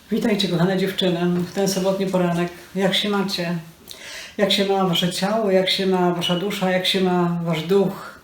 Witajcie, kochane dziewczyny, w ten sobotni poranek. Jak się macie? Jak się ma wasze ciało? Jak się ma wasza dusza? Jak się ma wasz duch?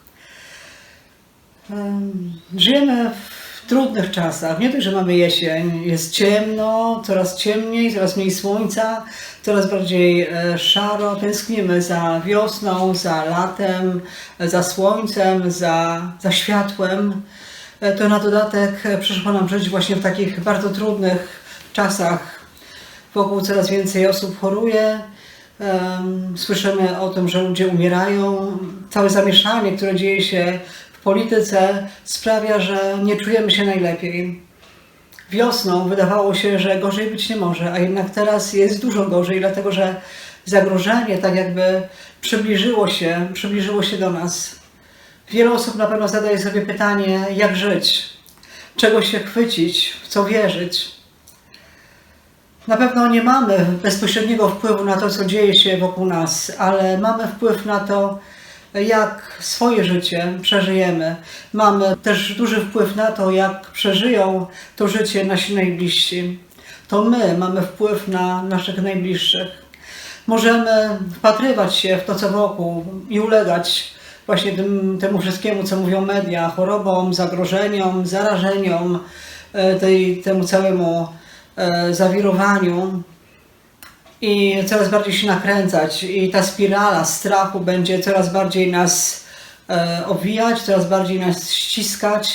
Żyjemy w trudnych czasach. Nie tylko, że mamy jesień. Jest ciemno, coraz ciemniej, coraz mniej słońca, coraz bardziej szaro. Tęsknimy za wiosną, za latem, za słońcem, za światłem. To na dodatek przyszło nam żyć właśnie w takich bardzo trudnych czasach. Wokół coraz więcej osób choruje. Słyszymy o tym, że ludzie umierają. Całe zamieszanie, które dzieje się w polityce, sprawia, że nie czujemy się najlepiej. Wiosną wydawało się, że gorzej być nie może, a jednak teraz jest dużo gorzej, dlatego że zagrożenie tak jakby przybliżyło się do nas. Wiele osób na pewno zadaje sobie pytanie, jak żyć, czego się chwycić, w co wierzyć. Na pewno nie mamy bezpośredniego wpływu na to, co dzieje się wokół nas, ale mamy wpływ na to, jak swoje życie przeżyjemy. Mamy też duży wpływ na to, jak przeżyją to życie nasi najbliżsi. To my mamy wpływ na naszych najbliższych. Możemy wpatrywać się w to, co wokół i ulegać właśnie temu wszystkiemu, co mówią media, chorobom, zagrożeniom, zarażeniom, temu całemu zawirowaniu i coraz bardziej się nakręcać i ta spirala strachu będzie coraz bardziej nas obwijać, coraz bardziej nas ściskać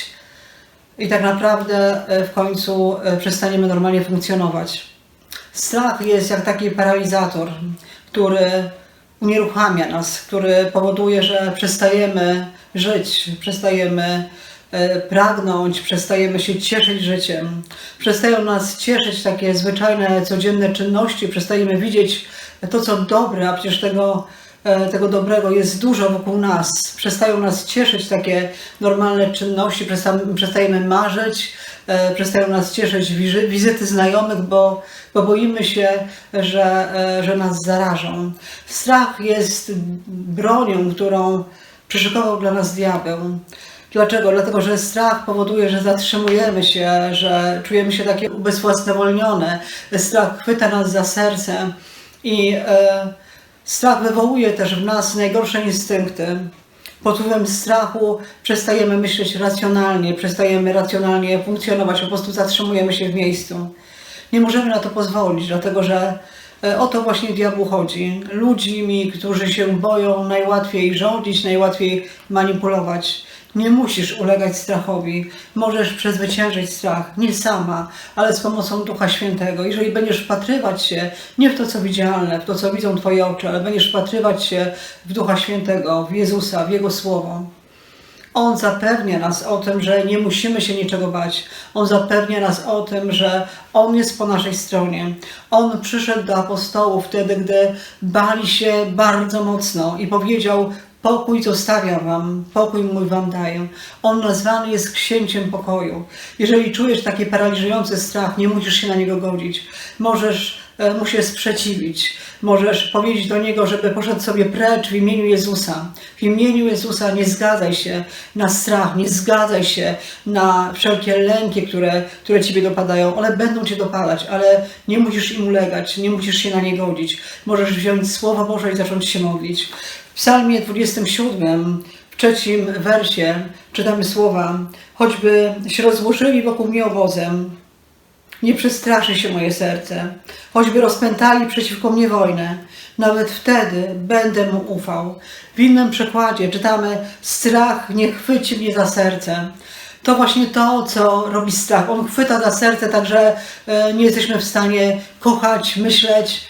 i tak naprawdę w końcu przestaniemy normalnie funkcjonować. Strach jest jak taki paralizator, który unieruchamia nas, który powoduje, że przestajemy żyć, przestajemy pragnąć, przestajemy się cieszyć życiem. Przestają nas cieszyć takie zwyczajne, codzienne czynności, przestajemy widzieć to, co dobre, a przecież tego dobrego jest dużo wokół nas. Przestają nas cieszyć takie normalne czynności, przestajemy marzyć, przestają nas cieszyć wizyty znajomych, bo boimy się, że nas zarażą. Strach jest bronią, którą przyszykował dla nas diabeł. Dlaczego? Dlatego, że strach powoduje, że zatrzymujemy się, że czujemy się takie ubezwłasnowolnione. Strach chwyta nas za serce i strach wywołuje też w nas najgorsze instynkty. Pod wpływem strachu przestajemy myśleć racjonalnie, przestajemy racjonalnie funkcjonować, po prostu zatrzymujemy się w miejscu. Nie możemy na to pozwolić, dlatego że o to właśnie diabłu chodzi. Ludźmi, którzy się boją, najłatwiej rządzić, najłatwiej manipulować. Nie musisz ulegać strachowi. Możesz przezwyciężyć strach, nie sama, ale z pomocą Ducha Świętego. Jeżeli będziesz wpatrywać się nie w to, co widzialne, w to, co widzą Twoje oczy, ale będziesz wpatrywać się w Ducha Świętego, w Jezusa, w Jego Słowo. On zapewnia nas o tym, że nie musimy się niczego bać. On zapewnia nas o tym, że On jest po naszej stronie. On przyszedł do apostołów wtedy, gdy bali się bardzo mocno i powiedział: pokój zostawiam wam, pokój mój wam daję. On nazwany jest księciem pokoju. Jeżeli czujesz taki paraliżujący strach, nie musisz się na niego godzić. Możesz mu się sprzeciwić. Możesz powiedzieć do niego, żeby poszedł sobie precz w imieniu Jezusa. W imieniu Jezusa nie zgadzaj się na strach, nie zgadzaj się na wszelkie lęki, które ciebie dopadają. One będą cię dopadać, ale nie musisz im ulegać, nie musisz się na nie godzić. Możesz wziąć Słowo Boże i zacząć się modlić. W Psalmie 27, w 3 wersie czytamy słowa: choćby się rozłożyli wokół mnie obozem, nie przestraszy się moje serce. Choćby rozpętali przeciwko mnie wojnę, nawet wtedy będę mu ufał. W innym przykładzie czytamy: strach nie chwyci mnie za serce. To właśnie to, co robi strach. On chwyta za serce, tak że nie jesteśmy w stanie kochać, myśleć.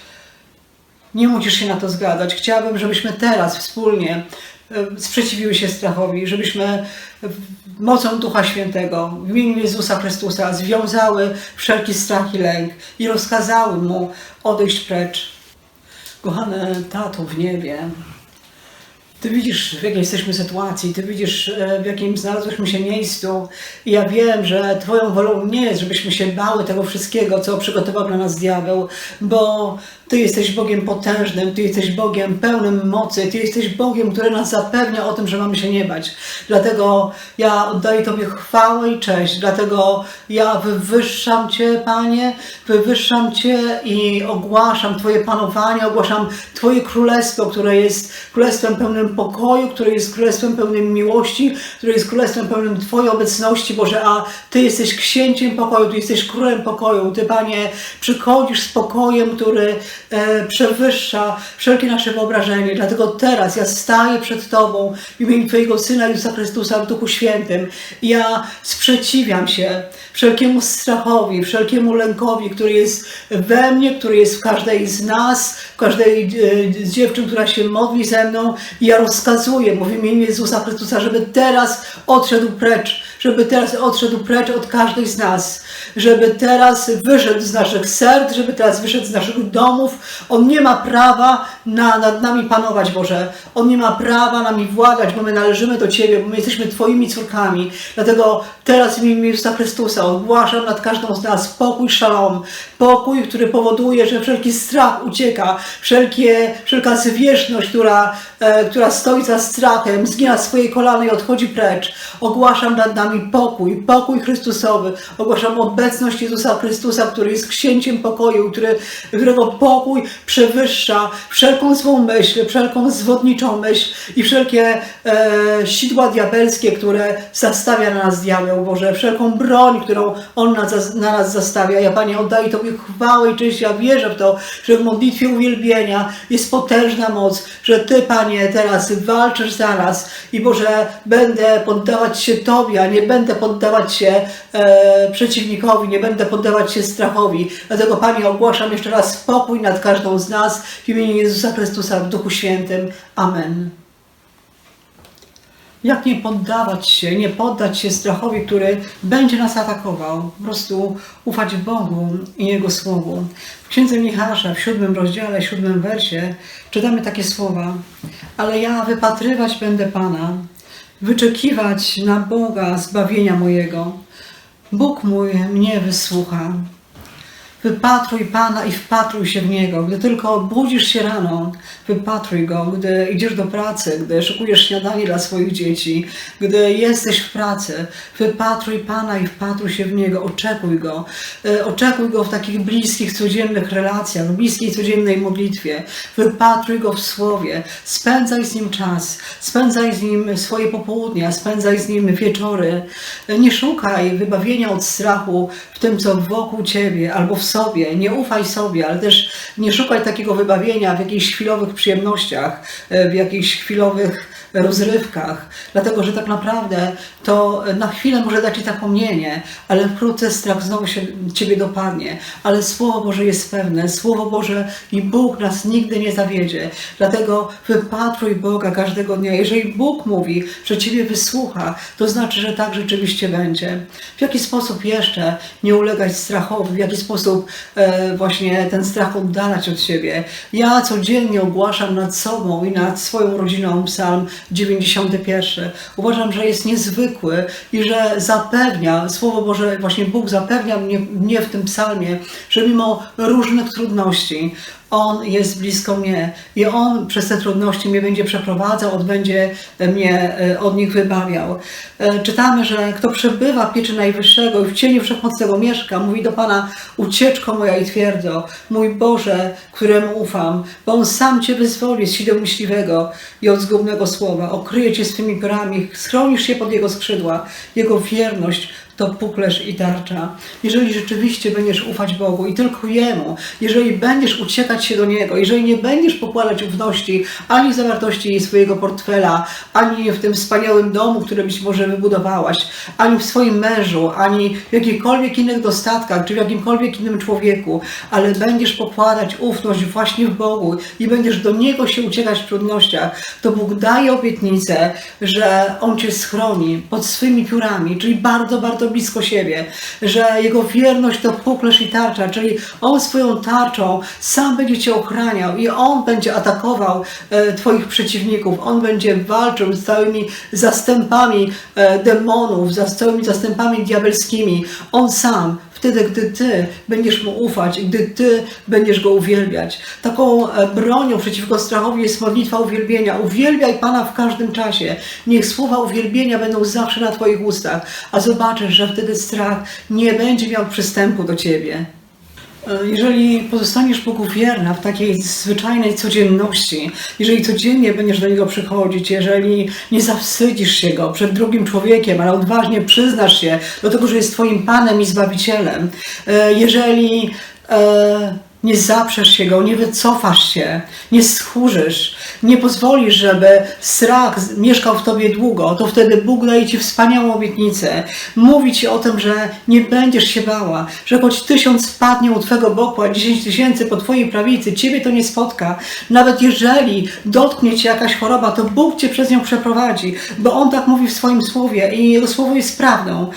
Nie musisz się na to zgadzać. Chciałabym, żebyśmy teraz wspólnie sprzeciwiły się strachowi, żebyśmy mocą Ducha Świętego w imieniu Jezusa Chrystusa związały wszelki strach i lęk i rozkazały Mu odejść precz. Kochany Tato w niebie, Ty widzisz, w jakiej jesteśmy sytuacji, Ty widzisz, w jakim znalazłyśmy się miejscu. I ja wiem, że Twoją wolą nie jest, żebyśmy się bały tego wszystkiego, co przygotował dla nas diabeł, bo Ty jesteś Bogiem potężnym, Ty jesteś Bogiem pełnym mocy, Ty jesteś Bogiem, który nas zapewnia o tym, że mamy się nie bać. Dlatego ja oddaję Tobie chwałę i cześć, dlatego ja wywyższam Cię, Panie, wywyższam Cię i ogłaszam Twoje panowanie, ogłaszam Twoje królestwo, które jest królestwem pełnym pokoju, które jest królestwem pełnym miłości, które jest królestwem pełnym Twojej obecności, Boże, a Ty jesteś księciem pokoju, Ty jesteś królem pokoju. Ty, Panie, przychodzisz z pokojem, który przewyższa wszelkie nasze wyobrażenie. Dlatego teraz ja staję przed Tobą w imieniu Twojego Syna Jezusa Chrystusa w Duchu Świętym. Ja sprzeciwiam się wszelkiemu strachowi, wszelkiemu lękowi, który jest we mnie, który jest w każdej z nas, w każdej z dziewczyn, która się modli ze mną. I ja rozkazuję mu w imieniu Jezusa Chrystusa, żeby teraz odszedł precz od każdej z nas, żeby teraz wyszedł z naszych serc, żeby teraz wyszedł z naszych domów. On nie ma prawa nad nami panować, Boże. On nie ma prawa nami władać, bo my należymy do Ciebie, bo my jesteśmy Twoimi córkami. Dlatego teraz w imieniu Jezusa Chrystusa ogłaszam nad każdą z nas pokój szalom. Pokój, który powoduje, że wszelki strach ucieka, wszelka zwierzchność, która stoi za strachem, zgina swoje kolana i odchodzi precz. Ogłaszam nad nami pokój Chrystusowy. Ogłaszam obecność Jezusa Chrystusa, który jest księciem pokoju, którego pokój przewyższa wszelką złą myśl, wszelką zwodniczą myśl i wszelkie sidła diabelskie, które zastawia na nas diabeł, Boże, wszelką broń, którą on na nas zastawia. Ja, Panie, oddaję Tobie chwałę i cześć. Ja wierzę w to, że w modlitwie uwielbienia jest potężna moc, że Ty, Panie, teraz walczysz za nas i, Boże, będę poddawać się Tobie, a nie będę poddawać się przeciwnikowi, nie będę poddawać się strachowi. Dlatego, Panie, ogłaszam jeszcze raz spokój nad każdą z nas w imieniu Jezusa Chrystusa w Duchu Świętym. Amen. Jak nie poddać się strachowi, który będzie nas atakował? Po prostu ufać Bogu i Jego Słowu. W Księdze Michała, w 7 rozdziale, 7 wersie czytamy takie słowa. Ale ja wypatrywać będę Pana, wyczekiwać na Boga zbawienia mojego. Bóg mój mnie wysłucha. Wypatruj Pana i wpatruj się w Niego. Gdy tylko budzisz się rano, wypatruj Go. Gdy idziesz do pracy, gdy szykujesz śniadanie dla swoich dzieci, gdy jesteś w pracy, wypatruj Pana i wpatruj się w Niego. Oczekuj Go. Oczekuj Go w takich bliskich, codziennych relacjach, w bliskiej, codziennej modlitwie. Wypatruj Go w Słowie. Spędzaj z Nim czas. Spędzaj z Nim swoje popołudnia. Spędzaj z Nim wieczory. Nie szukaj wybawienia od strachu w tym, co wokół Ciebie albo w sobie. Nie ufaj sobie, ale też nie szukaj takiego wybawienia w jakichś chwilowych przyjemnościach, w jakichś chwilowych rozrywkach, dlatego że tak naprawdę to na chwilę może dać Ci zapomnienie, ale wkrótce strach znowu się Ciebie dopadnie. Ale Słowo Boże jest pewne, Słowo Boże i Bóg nas nigdy nie zawiedzie. Dlatego wypatruj Boga każdego dnia. Jeżeli Bóg mówi, że Ciebie wysłucha, to znaczy, że tak rzeczywiście będzie. W jaki sposób jeszcze nie ulegać strachowi, w jaki sposób właśnie ten strach oddalać od siebie. Ja codziennie ogłaszam nad sobą i nad swoją rodziną Psalm 91. Uważam, że jest niezwykły i że zapewnia, Słowo Boże, właśnie Bóg zapewnia mnie w tym psalmie, że mimo różnych trudności On jest blisko mnie i On przez te trudności mnie będzie przeprowadzał, On będzie mnie od nich wybawiał. Czytamy, że kto przebywa w pieczy Najwyższego i w cieniu Wszechmocnego mieszka, mówi do Pana: ucieczko moja i twierdzo, mój Boże, któremu ufam, bo On sam Cię wyzwoli z sideł myśliwego i od zgubnego słowa, okryje Cię swymi piórami, schronisz się pod Jego skrzydła, Jego wierność to puklerz i tarcza. Jeżeli rzeczywiście będziesz ufać Bogu i tylko Jemu, jeżeli będziesz uciekać się do Niego, jeżeli nie będziesz pokładać ufności ani w zawartości swojego portfela, ani w tym wspaniałym domu, który być może wybudowałaś, ani w swoim mężu, ani w jakichkolwiek innych dostatkach, czy w jakimkolwiek innym człowieku, ale będziesz pokładać ufność właśnie w Bogu i będziesz do Niego się uciekać w trudnościach, to Bóg daje obietnicę, że On Cię schroni pod swymi piórami, czyli bardzo, bardzo bardzo blisko siebie, że Jego wierność to puklerz i tarcza, czyli On swoją tarczą sam będzie Cię ochraniał i On będzie atakował Twoich przeciwników, On będzie walczył z całymi zastępami demonów, z całymi zastępami diabelskimi. On sam, wtedy, gdy Ty będziesz Mu ufać i gdy Ty będziesz Go uwielbiać. Taką bronią przeciwko strachowi jest modlitwa uwielbienia. Uwielbiaj Pana w każdym czasie. Niech słowa uwielbienia będą zawsze na Twoich ustach, a zobaczysz, że wtedy strach nie będzie miał przystępu do Ciebie. Jeżeli pozostaniesz Bogu wierna w takiej zwyczajnej codzienności, jeżeli codziennie będziesz do Niego przychodzić, jeżeli nie zawstydzisz się Go przed drugim człowiekiem, ale odważnie przyznasz się do tego, że jest Twoim Panem i Zbawicielem, jeżeli nie zaprzesz się Go, nie wycofasz się, nie schórzysz, nie pozwolisz, żeby strach mieszkał w Tobie długo, to wtedy Bóg daje Ci wspaniałą obietnicę. Mówi Ci o tym, że nie będziesz się bała, że choć 1000 spadnie u Twego boku, a 10 000 po Twojej prawicy, Ciebie to nie spotka. Nawet jeżeli dotknie Cię jakaś choroba, to Bóg Cię przez nią przeprowadzi, bo On tak mówi w swoim słowie i Jego słowo jest prawdą.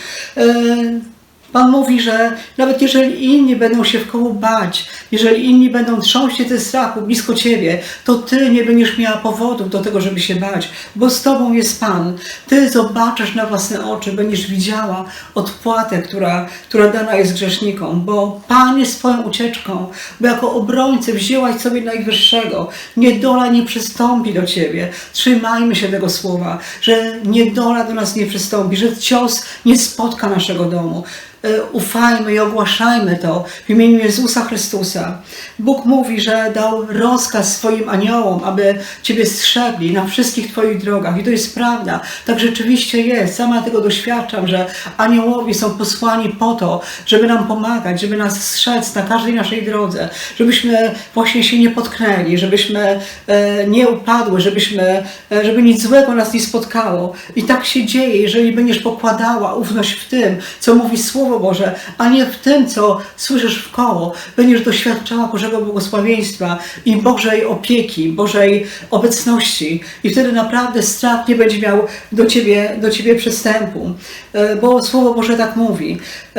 Pan mówi, że nawet jeżeli inni będą się wkoło bać, jeżeli inni będą trząść się ze strachu blisko Ciebie, to Ty nie będziesz miała powodów do tego, żeby się bać, bo z Tobą jest Pan. Ty zobaczysz na własne oczy, będziesz widziała odpłatę, która dana jest grzesznikom, bo Pan jest Twoją ucieczką, bo jako obrońcę wzięłaś sobie Najwyższego. Niedola nie przystąpi do Ciebie. Trzymajmy się tego słowa, że niedola do nas nie przystąpi, że cios nie spotka naszego domu. Ufajmy i ogłaszajmy to w imieniu Jezusa Chrystusa. Bóg mówi, że dał rozkaz swoim aniołom, aby Ciebie strzegli na wszystkich Twoich drogach. I to jest prawda. Tak rzeczywiście jest. Sama tego doświadczam, że aniołowie są posłani po to, żeby nam pomagać, żeby nas strzec na każdej naszej drodze, żebyśmy właśnie się nie potknęli, żebyśmy nie upadły, żeby nic złego nas nie spotkało. I tak się dzieje, jeżeli będziesz pokładała ufność w tym, co mówi Słowo Boże, a nie w tym, co słyszysz wkoło. Będziesz doświadczała Bożego błogosławieństwa i Bożej opieki, Bożej obecności. I wtedy naprawdę strach nie będzie miał do Ciebie przystępu. Bo Słowo Boże tak mówi.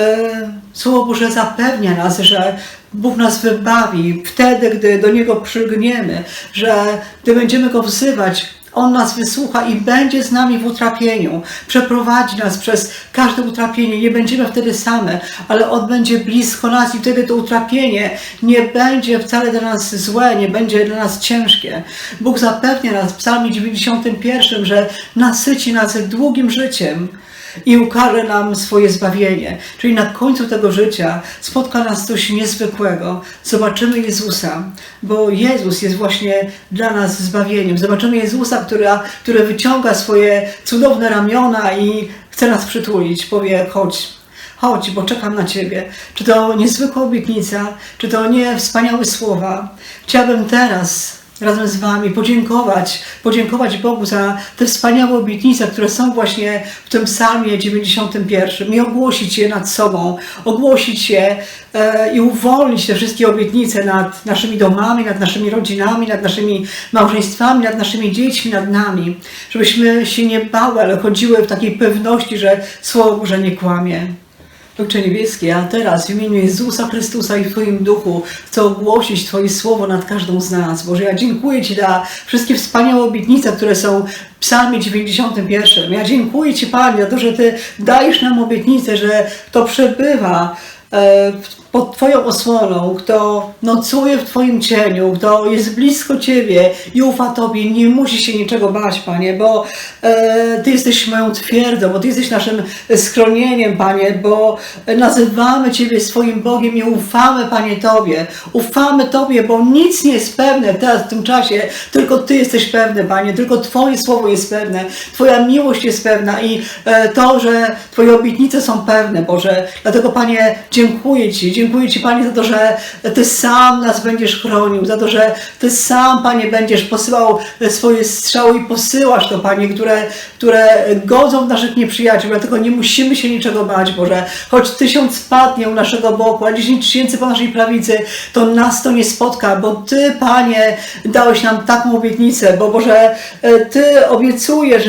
Słowo Boże zapewnia nas, że Bóg nas wybawi wtedy, gdy do Niego przylgniemy, że gdy będziemy Go wzywać, On nas wysłucha i będzie z nami w utrapieniu. Przeprowadzi nas przez każde utrapienie. Nie będziemy wtedy same, ale On będzie blisko nas i wtedy to utrapienie nie będzie wcale dla nas złe, nie będzie dla nas ciężkie. Bóg zapewnia nas w Psalmie 91, że nasyci nas długim życiem i ukaże nam swoje zbawienie. Czyli na końcu tego życia spotka nas coś niezwykłego. Zobaczymy Jezusa, bo Jezus jest właśnie dla nas zbawieniem. Zobaczymy Jezusa, który wyciąga swoje cudowne ramiona i chce nas przytulić. Powie, chodź, bo czekam na Ciebie. Czy to niezwykła obietnica, czy to nie wspaniałe słowa. Chciałabym teraz razem z Wami podziękować Bogu za te wspaniałe obietnice, które są właśnie w tym Psalmie 91 i ogłosić je nad sobą, ogłosić je i uwolnić te wszystkie obietnice nad naszymi domami, nad naszymi rodzinami, nad naszymi małżeństwami, nad naszymi dziećmi, nad nami, żebyśmy się nie bały, ale chodziły w takiej pewności, że Słowo Boże nie kłamie. Ojcze Niebieski, a teraz w imieniu Jezusa Chrystusa i w Twoim duchu chcę ogłosić Twoje słowo nad każdą z nas. Boże, ja dziękuję Ci za wszystkie wspaniałe obietnice, które są w Psalmie 91. Ja dziękuję Ci, Panie, za to, że Ty dajesz nam obietnicę, że to przebywa pod Twoją osłoną, kto nocuje w Twoim cieniu, kto jest blisko Ciebie i ufa Tobie, nie musi się niczego bać, Panie, bo Ty jesteś moją twierdzą, bo Ty jesteś naszym schronieniem, Panie, bo nazywamy Ciebie swoim Bogiem i ufamy, Panie, Tobie. Ufamy Tobie, bo nic nie jest pewne teraz w tym czasie, tylko Ty jesteś pewny, Panie, tylko Twoje słowo jest pewne, Twoja miłość jest pewna i to, że Twoje obietnice są pewne, Boże. Dlatego, Panie, dziękuję Ci Dziękuję Ci, Panie, za to, że Ty sam nas będziesz chronił, za to, że Ty sam, Panie, będziesz posyłał swoje strzały i posyłasz to, Panie, które godzą w naszych nieprzyjaciół, dlatego nie musimy się niczego bać, Boże. Choć 1000 padnie u naszego boku, a 10 000 po naszej prawicy, to nas to nie spotka, bo Ty, Panie, dałeś nam taką obietnicę, bo Boże, Ty obiecujesz,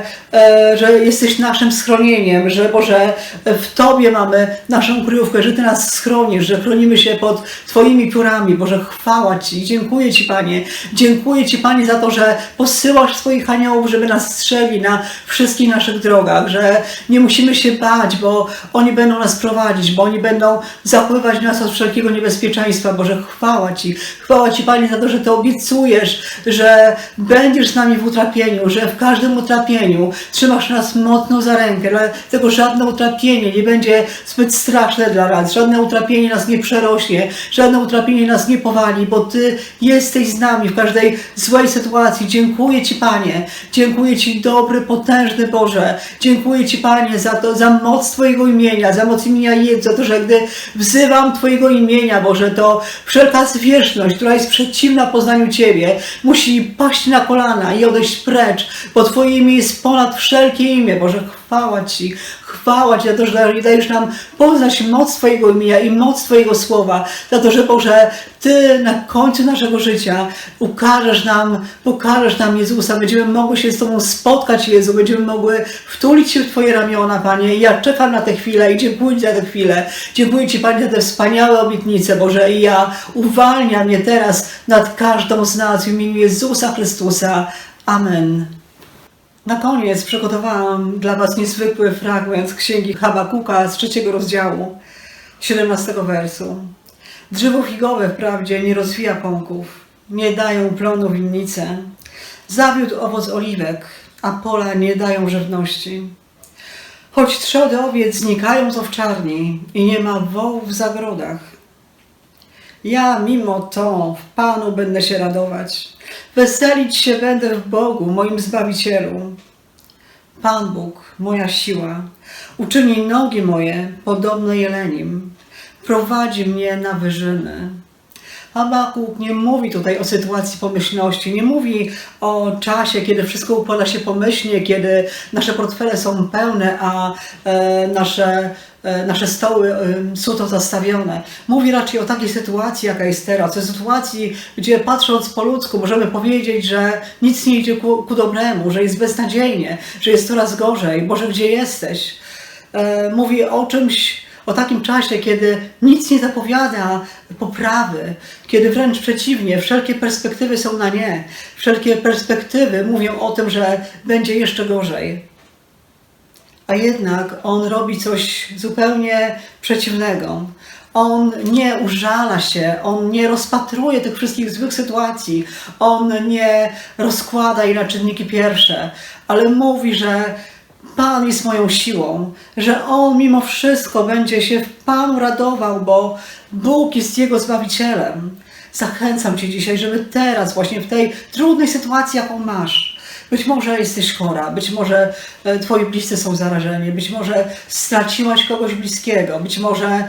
że jesteś naszym schronieniem, że Boże, w Tobie mamy naszą kryjówkę, że Ty nas schronisz, że chronimy się pod Twoimi piórami. Boże, chwała Ci. Dziękuję Ci, Panie. Dziękuję Ci, Panie, za to, że posyłasz swoich aniołów, żeby nas strzegli na wszystkich naszych drogach, że nie musimy się bać, bo oni będą nas prowadzić, bo oni będą zapływać nas od wszelkiego niebezpieczeństwa. Boże, chwała Ci. Chwała Ci, Panie, za to, że Ty obiecujesz, że będziesz z nami w utrapieniu, że w każdym utrapieniu trzymasz nas mocno za rękę, dlatego żadne utrapienie nie będzie zbyt straszne dla nas, żadne utrapienie nas nie przerośnie, żadne utrapienie nas nie powali, bo Ty jesteś z nami w każdej złej sytuacji. Dziękuję Ci, Panie, dziękuję Ci, dobry, potężny Boże, dziękuję Ci, Panie, za moc Twojego imienia, za moc imienia Jezus, za to, że gdy wzywam Twojego imienia, Boże, to wszelka zwierzchność, która jest przeciwna poznaniu Ciebie, musi paść na kolana i odejść precz, bo Twoje imię jest ponad wszelkie imię. Boże, chwała Ci za to, że dajesz nam poznać moc Twojego imienia i moc Twojego słowa, za to, że Boże, Ty na końcu naszego życia pokażesz nam Jezusa, będziemy mogły się z Tobą spotkać, Jezu, będziemy mogły wtulić się w Twoje ramiona, Panie. I ja czekam na tę chwilę i dziękuję Ci za tę chwilę. Dziękuję Ci, Panie, za te wspaniałe obietnice, Boże, i ja uwalniam je teraz nad każdą z nas w imieniu Jezusa Chrystusa. Amen. Na koniec przygotowałam dla Was niezwykły fragment z Księgi Habakuka z 3 rozdziału, 17 wersu. Drzewo figowe wprawdzie nie rozwija pąków, nie dają plonu winnice. Zawiódł owoc oliwek, a pola nie dają żywności. Choć trzody owiec znikają z owczarni i nie ma wołów w zagrodach. Ja mimo to w Panu będę się radować. Weselić się będę w Bogu, moim Zbawicielu. Pan Bóg, moja siła, uczyni nogi moje podobne jelenim. Prowadzi mnie na wyżyny. Habakuk nie mówi tutaj o sytuacji pomyślności, nie mówi o czasie, kiedy wszystko układa się pomyślnie, kiedy nasze portfele są pełne, a nasze stoły suto zastawione. Mówi raczej o takiej sytuacji, jaka jest teraz. O sytuacji, gdzie patrząc po ludzku możemy powiedzieć, że nic nie idzie ku dobremu, że jest beznadziejnie, że jest coraz gorzej. Boże, gdzie jesteś? Mówi o takim czasie, kiedy nic nie zapowiada poprawy, kiedy wręcz przeciwnie, wszelkie perspektywy są na nie. Wszelkie perspektywy mówią o tym, że będzie jeszcze gorzej. A jednak on robi coś zupełnie przeciwnego. On nie użala się, on nie rozpatruje tych wszystkich złych sytuacji, on nie rozkłada jej na czynniki pierwsze, ale mówi, że Pan jest moją siłą, że On mimo wszystko będzie się w Panu radował, bo Bóg jest Jego Zbawicielem. Zachęcam Cię dzisiaj, żeby teraz, właśnie w tej trudnej sytuacji, jaką masz, być może jesteś chora, być może Twoi bliscy są zarażeni, być może straciłaś kogoś bliskiego, być może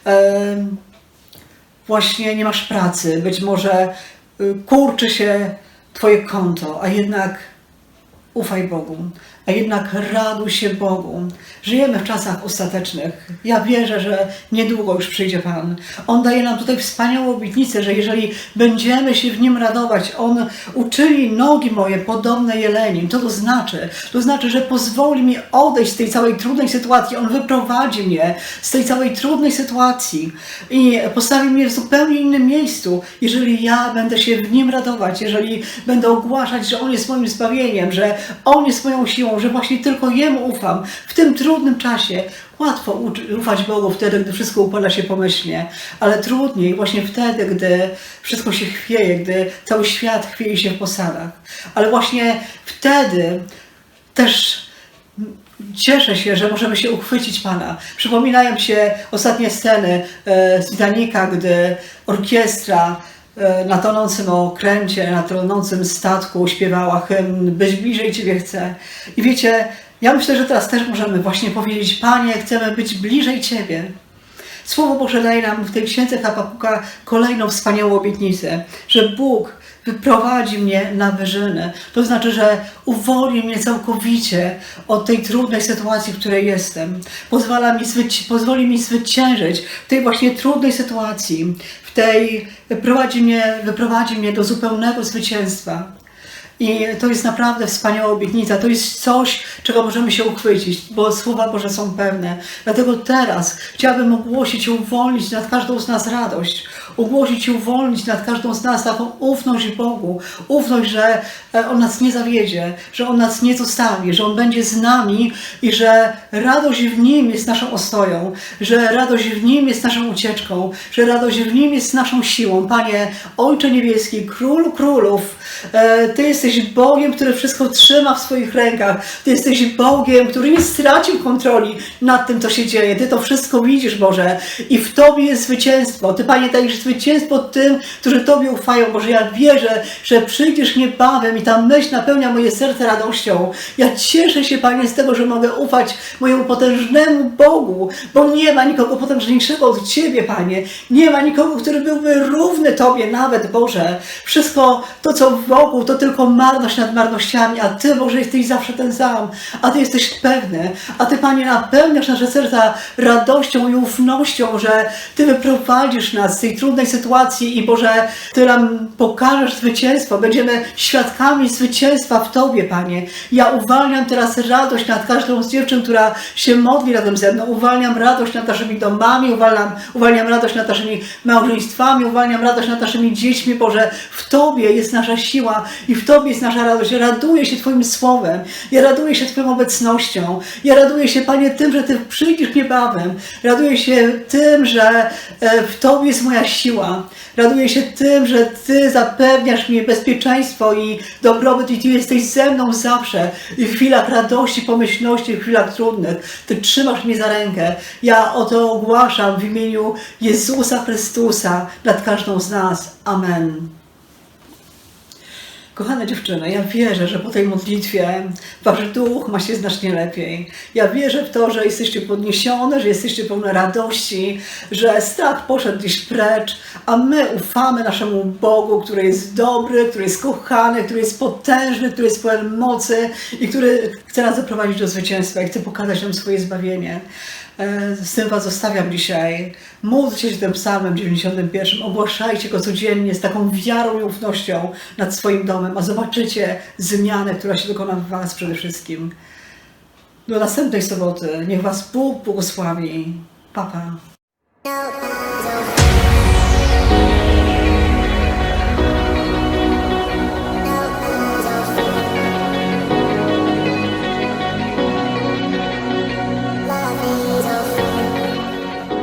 właśnie nie masz pracy, być może kurczy się Twoje konto, a jednak ufaj Bogu, a jednak raduj się Bogu. Żyjemy w czasach ostatecznych. Ja wierzę, że niedługo już przyjdzie Pan. On daje nam tutaj wspaniałą obietnicę, że jeżeli będziemy się w Nim radować, On uczyni nogi moje podobne jelenim. Co to znaczy? To znaczy, że pozwoli mi odejść z tej całej trudnej sytuacji. On wyprowadzi mnie z tej całej trudnej sytuacji i postawi mnie w zupełnie innym miejscu. Jeżeli ja będę się w Nim radować, jeżeli będę ogłaszać, że On jest moim zbawieniem, że On jest moją siłą, że właśnie tylko Jemu ufam w tym trudnym czasie. Łatwo ufać Bogu wtedy, gdy wszystko układa się pomyślnie, ale trudniej właśnie wtedy, gdy wszystko się chwieje, gdy cały świat chwieje się w posadach. Ale właśnie wtedy też cieszę się, że możemy się uchwycić Pana. Przypominają się ostatnie sceny z Titanica, gdy orkiestra na tonącym okręcie, na tonącym statku śpiewała hymn Być bliżej Ciebie chcę. I wiecie, ja myślę, że teraz też możemy właśnie powiedzieć: Panie, chcemy być bliżej Ciebie. Słowo Boże daje nam w tej księdze Habakuka kolejną wspaniałą obietnicę, że Bóg wyprowadzi mnie na wyżyny. To znaczy, że uwolni mnie całkowicie od tej trudnej sytuacji, w której jestem. Pozwoli mi zwyciężyć w tej właśnie trudnej sytuacji. Wyprowadzi mnie do zupełnego zwycięstwa. I to jest naprawdę wspaniała obietnica. To jest coś, czego możemy się uchwycić, bo Słowa Boże są pewne. Dlatego teraz chciałabym ogłosić i uwolnić nad każdą z nas radość. Ogłosić i uwolnić nad każdą z nas taką ufność Bogu. Ufność, że On nas nie zawiedzie, że On nas nie zostawi, że On będzie z nami i że radość w Nim jest naszą ostoją, że radość w Nim jest naszą ucieczką, że radość w Nim jest naszą siłą. Panie, Ojcze Niebieski, Królu Królów, Ty jesteś Bogiem, który wszystko trzyma w swoich rękach. Ty jesteś Bogiem, który nie stracił kontroli nad tym, co się dzieje. Ty to wszystko widzisz, Boże. I w Tobie jest zwycięstwo. Ty, Panie, dajesz zwycięstwo tym, którzy Tobie ufają. Boże, ja wierzę, że przyjdziesz niebawem i ta myśl napełnia moje serce radością. Ja cieszę się, Panie, z tego, że mogę ufać mojemu potężnemu Bogu, bo nie ma nikogo potężniejszego od Ciebie, Panie. Nie ma nikogo, który byłby równy Tobie nawet, Boże. Wszystko to, co wokół, to tylko marność nad marnościami, a Ty, Boże, jesteś zawsze ten sam, a Ty jesteś pewny, a Ty, Panie, napełniasz nasze serca radością i ufnością, że Ty wyprowadzisz nas z tej trudnej sytuacji i, Boże, Ty nam pokażesz zwycięstwo, będziemy świadkami zwycięstwa w Tobie, Panie. Ja uwalniam teraz radość nad każdą z dziewczyn, która się modli razem ze mną, uwalniam radość nad naszymi domami, uwalniam radość nad naszymi małżeństwami, uwalniam radość nad naszymi dziećmi, Boże, w Tobie jest nasza siła i w Tobie jest nasza radość. Ja raduję się Twoim Słowem. Ja raduję się Twoją obecnością. Ja raduję się, Panie, tym, że Ty przyjdziesz niebawem. Raduję się tym, że w Tobie jest moja siła. Raduję się tym, że Ty zapewniasz mi bezpieczeństwo i dobrobyt i Ty jesteś ze mną zawsze. I w chwilach radości, pomyślności, w chwilach trudnych. Ty trzymasz mnie za rękę. Ja o to ogłaszam w imieniu Jezusa Chrystusa nad każdą z nas. Amen. Kochane dziewczyny, ja wierzę, że po tej modlitwie wasz duch ma się znacznie lepiej. Ja wierzę w to, że jesteście podniesione, że jesteście pełne radości, że strach poszedł gdzieś precz, a my ufamy naszemu Bogu, który jest dobry, który jest kochany, który jest potężny, który jest pełen mocy i który chce nas zaprowadzić do zwycięstwa i chce pokazać nam swoje zbawienie. Z tym was zostawiam dzisiaj. Módlcie się tym psalmem 91. Ogłaszajcie go codziennie z taką wiarą i ufnością nad swoim domem, a zobaczycie zmianę, która się dokona w was przede wszystkim. Do następnej soboty. Niech was Bóg błogosławi. Pa, pa.